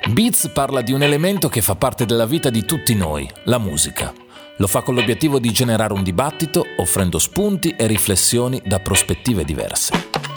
Beats parla di un elemento che fa parte della vita di tutti noi, la musica. Lo fa con l'obiettivo di generare un dibattito, offrendo spunti e riflessioni da prospettive diverse.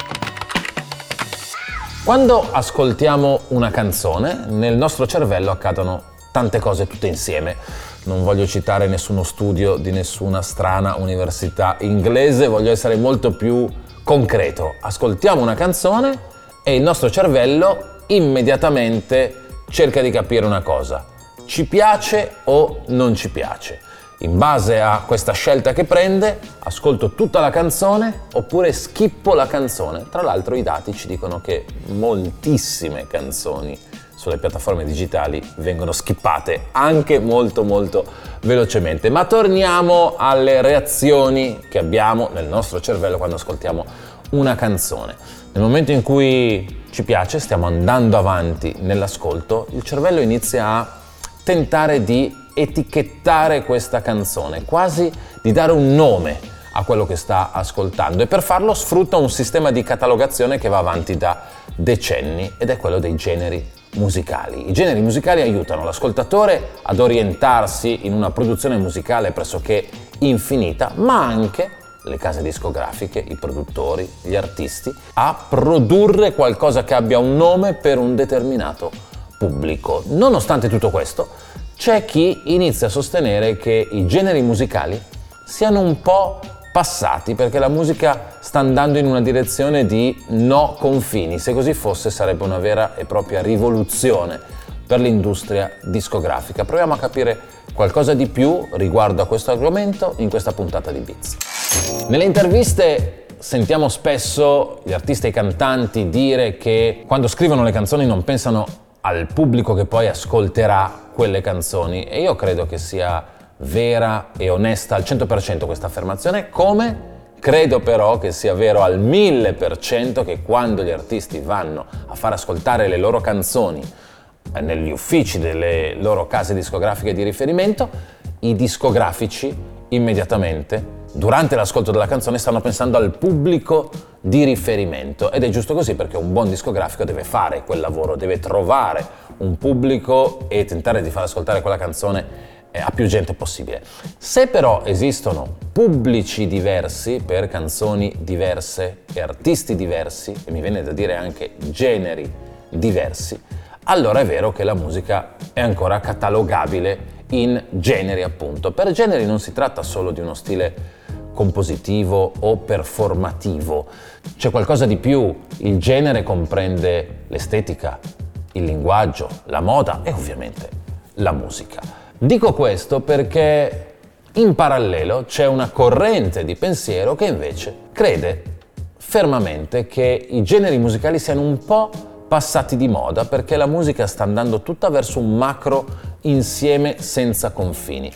Quando ascoltiamo una canzone, nel nostro cervello accadono tante cose tutte insieme. Non voglio citare nessuno studio di nessuna strana università inglese, voglio essere molto più concreto. Ascoltiamo una canzone e il nostro cervello immediatamente cerca di capire una cosa. Ci piace o non ci piace? In base a questa scelta che prende, ascolto tutta la canzone oppure skippo la canzone. Tra l'altro i dati ci dicono che moltissime canzoni sulle piattaforme digitali vengono skippate anche molto velocemente. Ma torniamo alle reazioni che abbiamo nel nostro cervello quando ascoltiamo una canzone. Nel momento in cui ci piace, stiamo andando avanti nell'ascolto, il cervello inizia a tentare di etichettare questa canzone, quasi di dare un nome a quello che sta ascoltando, e per farlo sfrutta un sistema di catalogazione che va avanti da decenni ed è quello dei generi musicali. I generi musicali aiutano l'ascoltatore ad orientarsi in una produzione musicale pressoché infinita, ma anche le case discografiche, i produttori, gli artisti, a produrre qualcosa che abbia un nome per un determinato pubblico. Nonostante tutto questo, c'è chi inizia a sostenere che i generi musicali siano un po' passati, perché la musica sta andando in una direzione di no confini. Se così fosse, sarebbe una vera e propria rivoluzione per l'industria discografica. Proviamo a capire qualcosa di più riguardo a questo argomento in questa puntata di Beats. Nelle interviste sentiamo spesso gli artisti e i cantanti dire che quando scrivono le canzoni non pensano al pubblico che poi ascolterà quelle canzoni, e io credo che sia vera e onesta al 100% questa affermazione, come credo però che sia vero al 1000% che quando gli artisti vanno a far ascoltare le loro canzoni negli uffici delle loro case discografiche di riferimento, i discografici immediatamente durante l'ascolto della canzone stanno pensando al pubblico di riferimento, ed è giusto così, perché un buon discografico deve fare quel lavoro, deve trovare un pubblico e tentare di far ascoltare quella canzone a più gente possibile. Se però esistono pubblici diversi per canzoni diverse e artisti diversi, e mi viene da dire anche generi diversi, allora è vero che la musica è ancora catalogabile in generi, appunto. Per generi non si tratta solo di uno stile compositivo o performativo, c'è qualcosa di più. Il genere comprende l'estetica, il linguaggio, la moda e ovviamente la musica. Dico questo perché in parallelo c'è una corrente di pensiero che invece crede fermamente che i generi musicali siano un po' passati di moda, perché la musica sta andando tutta verso un macro insieme senza confini.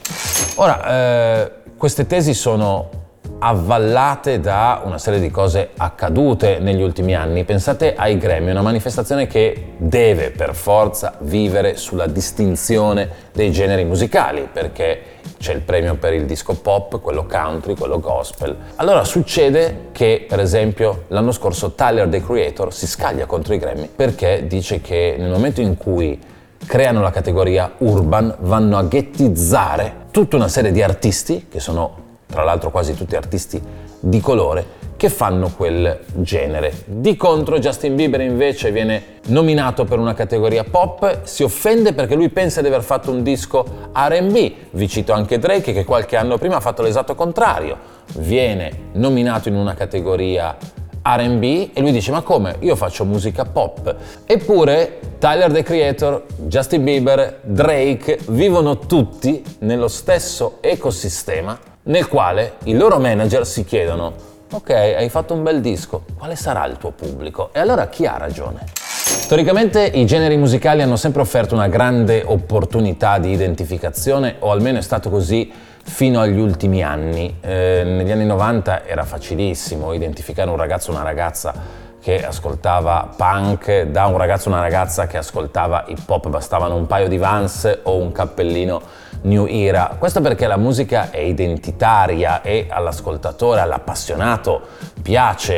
Ora, queste tesi sono avvallate da una serie di cose accadute negli ultimi anni. Pensate ai Grammy, una manifestazione che deve per forza vivere sulla distinzione dei generi musicali, perché c'è il premio per il disco pop, quello country, quello gospel. Allora succede che, per esempio, l'anno scorso Tyler, the Creator, si scaglia contro i Grammy perché dice che nel momento in cui creano la categoria urban vanno a ghettizzare tutta una serie di artisti, che sono tra l'altro quasi tutti artisti di colore, che fanno quel genere. Di contro Justin Bieber invece viene nominato per una categoria pop, si offende perché lui pensa di aver fatto un disco R&B. Vi cito anche Drake, che qualche anno prima ha fatto l'esatto contrario, viene nominato in una categoria R&B e lui dice: ma come? Io faccio musica pop. Eppure Tyler, the Creator, Justin Bieber, Drake vivono tutti nello stesso ecosistema nel quale i loro manager si chiedono: ok, hai fatto un bel disco, quale sarà il tuo pubblico? E allora chi ha ragione? Storicamente i generi musicali hanno sempre offerto una grande opportunità di identificazione, o almeno è stato così fino agli ultimi anni. Negli anni 90 era facilissimo identificare un ragazzo o una ragazza che ascoltava punk da un ragazzo o una ragazza che ascoltava hip hop, bastavano un paio di Vans o un cappellino New Era. Questo perché la musica è identitaria e all'ascoltatore, all'appassionato piace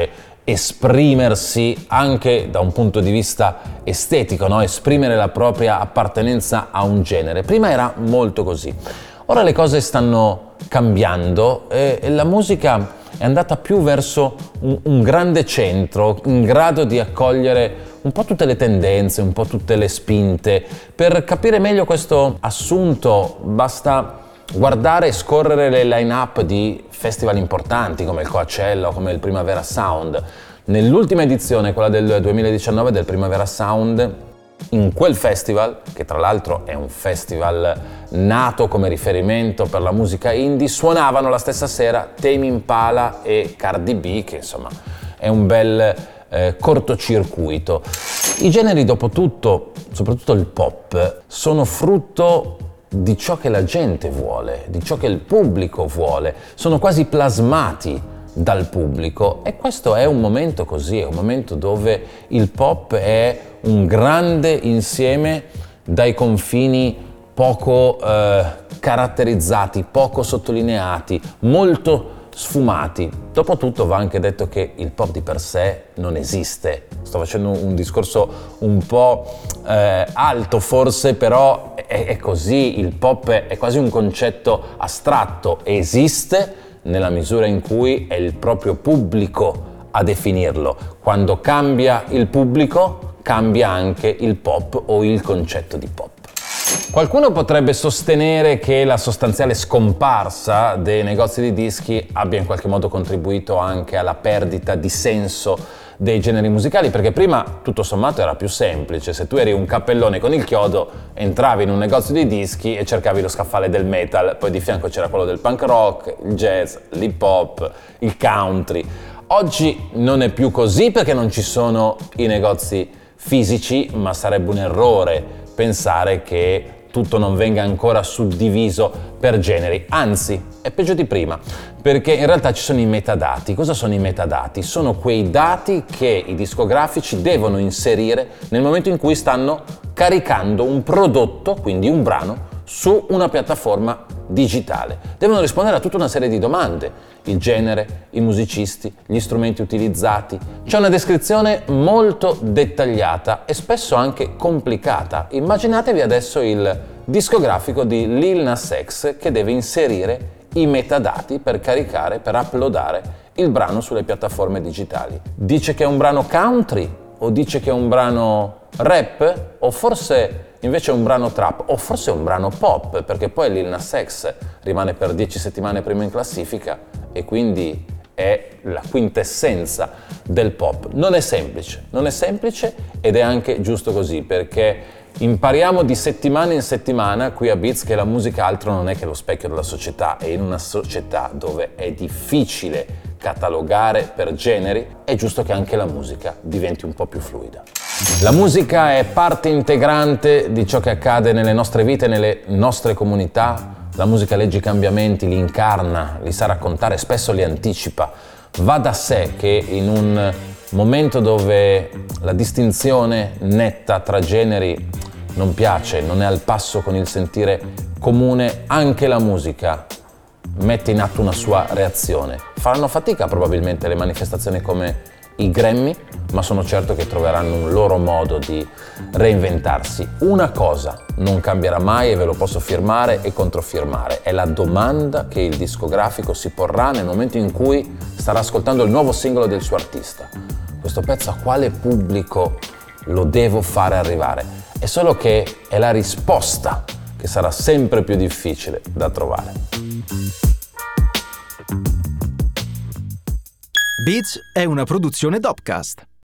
esprimersi anche da un punto di vista estetico, no? Esprimere la propria appartenenza a un genere. Prima era molto così. Ora le cose stanno cambiando e la musica è andata più verso un grande centro in grado di accogliere un po' tutte le tendenze, un po' tutte le spinte. Per capire meglio questo assunto basta guardare e scorrere le line-up di festival importanti come il Coachella o come il Primavera Sound. Nell'ultima edizione, quella del 2019 del Primavera Sound, in quel festival, che tra l'altro è un festival nato come riferimento per la musica indie, suonavano la stessa sera Tame Impala e Cardi B, che insomma è un bel cortocircuito. I generi, dopo tutto, soprattutto il pop, sono frutto di ciò che la gente vuole, di ciò che il pubblico vuole, sono quasi plasmati dal pubblico e questo è un momento così, è un momento dove il pop è un grande insieme dai confini poco caratterizzati, poco sottolineati, molto sfumati. Dopotutto va anche detto che il pop di per sé non esiste. Sto facendo un discorso un po' alto forse, però è così. Il pop è quasi un concetto astratto, esiste nella misura in cui è il proprio pubblico a definirlo. Quando cambia il pubblico, cambia anche il pop o il concetto di pop. Qualcuno potrebbe sostenere che la sostanziale scomparsa dei negozi di dischi abbia in qualche modo contribuito anche alla perdita di senso dei generi musicali, perché prima tutto sommato era più semplice. Se tu eri un cappellone con il chiodo, entravi in un negozio di dischi e cercavi lo scaffale del metal, poi di fianco c'era quello del punk rock, il jazz, l'hip hop, il country. Oggi non è più così perché non ci sono i negozi fisici, ma sarebbe un errore pensare che tutto non venga ancora suddiviso per generi, anzi è peggio di prima, perché in realtà ci sono i metadati. Cosa sono i metadati? Sono quei dati che i discografici devono inserire nel momento in cui stanno caricando un prodotto, quindi un brano, su una piattaforma digitale. Devono rispondere a tutta una serie di domande: il genere, i musicisti, gli strumenti utilizzati. C'è una descrizione molto dettagliata e spesso anche complicata. Immaginatevi adesso il discografico di Lil Nas X che deve inserire i metadati per caricare, per uploadare il brano sulle piattaforme digitali. Dice che è un brano country o dice che è un brano rap o forse invece è un brano trap o forse è un brano pop, perché poi Lil Nas X rimane per 10 settimane prima in classifica e quindi è la quintessenza del pop. Non è semplice ed è anche giusto così, perché impariamo di settimana in settimana qui a Beats che la musica altro non è che lo specchio della società, e in una società dove è difficile catalogare per generi è giusto che anche la musica diventi un po' più fluida. La musica è parte integrante di ciò che accade nelle nostre vite, nelle nostre comunità. La musica legge i cambiamenti, li incarna, li sa raccontare, spesso li anticipa. Va da sé che in un momento dove la distinzione netta tra generi non piace, non è al passo con il sentire comune, anche la musica mette in atto una sua reazione. Faranno fatica probabilmente le manifestazioni come i Grammy, ma sono certo che troveranno un loro modo di reinventarsi. Una cosa non cambierà mai, e ve lo posso firmare e controfirmare: è la domanda che il discografico si porrà nel momento in cui starà ascoltando il nuovo singolo del suo artista. Questo pezzo a quale pubblico lo devo fare arrivare? È solo che è la risposta che sarà sempre più difficile da trovare. Beats è una produzione Dopcast.